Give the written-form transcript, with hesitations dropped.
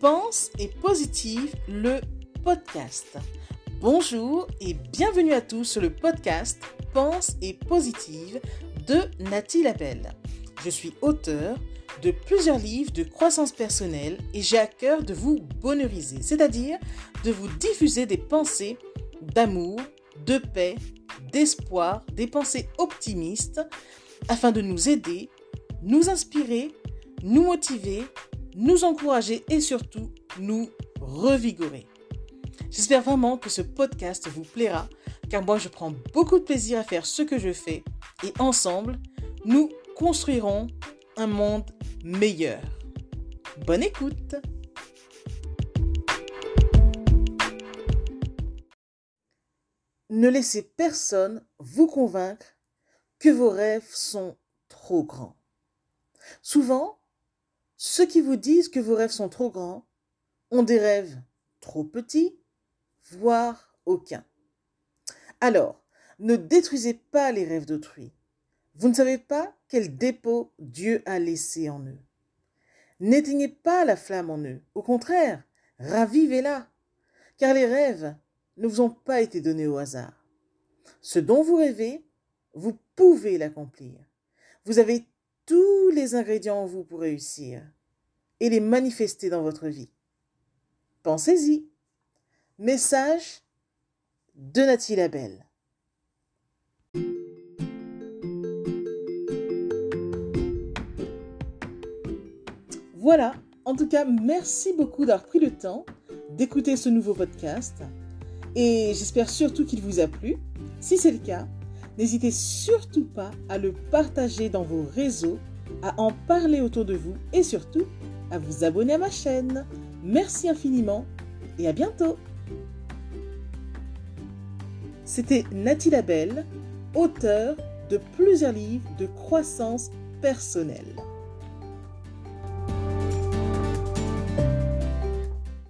Pense et Positive, le podcast. Bonjour et bienvenue à tous sur le podcast Pense et Positive de Nathalie Labelle. Je suis auteure de plusieurs livres de croissance personnelle et j'ai à cœur de vous bonheuriser, c'est-à-dire de vous diffuser des pensées d'amour, de paix, d'espoir, des pensées optimistes afin de nous aider, nous inspirer, nous motiver, nous encourager et surtout nous revigorer. J'espère vraiment que ce podcast vous plaira car moi je prends beaucoup de plaisir à faire ce que je fais et ensemble nous construirons un monde meilleur. Bonne écoute! Ne laissez personne vous convaincre que vos rêves sont trop grands. Souvent, ceux qui vous disent que vos rêves sont trop grands ont des rêves trop petits, voire aucun. Alors, ne détruisez pas les rêves d'autrui. Vous ne savez pas quel dépôt Dieu a laissé en eux. N'éteignez pas la flamme en eux. Au contraire, ravivez-la. Car les rêves ne vous ont pas été donnés au hasard. Ce dont vous rêvez, vous pouvez l'accomplir. Vous avez tous les ingrédients en vous pour réussir et les manifester dans votre vie. Pensez-y. Message de Nathalie Labelle. Voilà, en tout cas, merci beaucoup d'avoir pris le temps d'écouter ce nouveau podcast et j'espère surtout qu'il vous a plu. Si c'est le cas, n'hésitez surtout pas à le partager dans vos réseaux, à en parler autour de vous et surtout à vous abonner à ma chaîne. Merci infiniment et à bientôt. C'était Nathalie Labelle, auteure de plusieurs livres de croissance personnelle.